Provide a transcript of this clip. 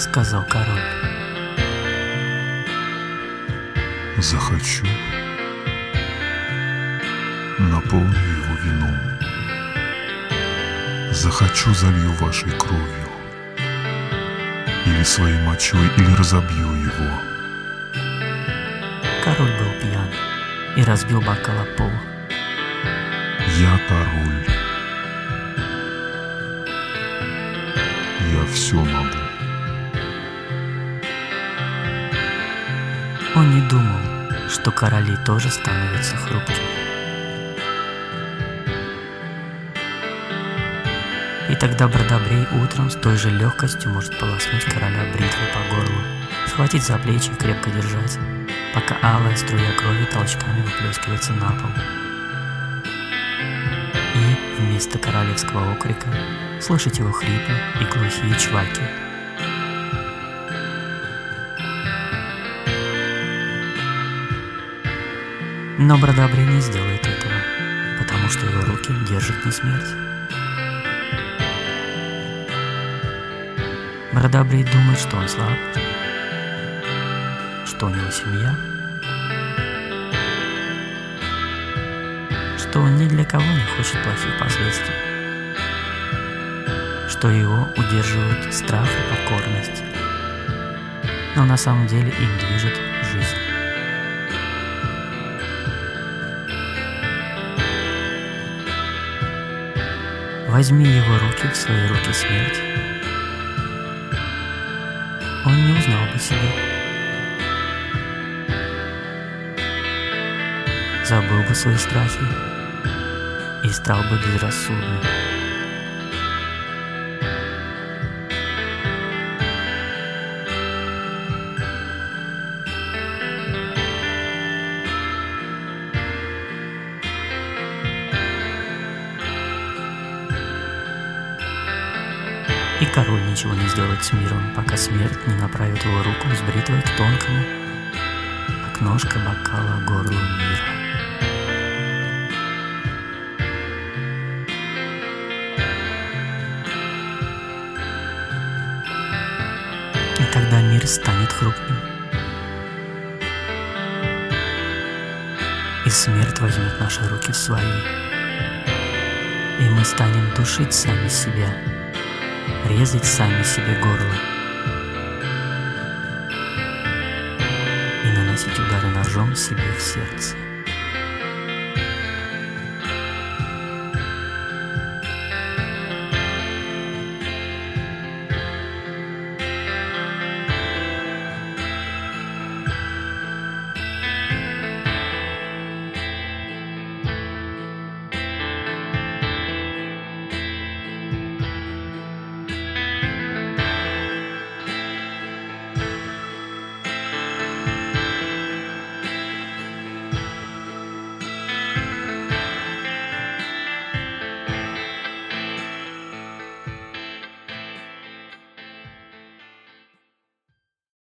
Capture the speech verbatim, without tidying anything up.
сказал король. Захочу, наполню его вином. Захочу, залью вашей кровью, или своей мочой, или разобью его. Король был пьян и разбил бокал о пол. Я король. Я все могу. Он не думал, что короли тоже становятся хрупкими. И тогда Бродобрей утром с той же легкостью может полоснуть короля бритвой по горлу, схватить за плечи и крепко держать, пока алая струя крови толчками выплескивается на пол. И вместо королевского окрика слышать его хрипы и глухие чваки. Но Бродобрей не сделает этого, потому что его руки держат не смерть. Бродобрей думает, что он слаб, что у него семья, что он ни для кого не хочет плохих последствий, что его удерживают страх и покорность, но на самом деле им движет жизнь. Возьми его руки в свои руки, смерть. Он не узнал бы себя, забыл бы свои страхи и стал бы безрассудным. И король ничего не сделает с миром, пока смерть не направит его руку с бритвой к тонкому, как ножка бокала, горлу мира. И тогда мир станет хрупким, и смерть возьмет наши руки в свои, и мы станем душить сами себя, резать сами себе горло и наносить удары ножом себе в сердце.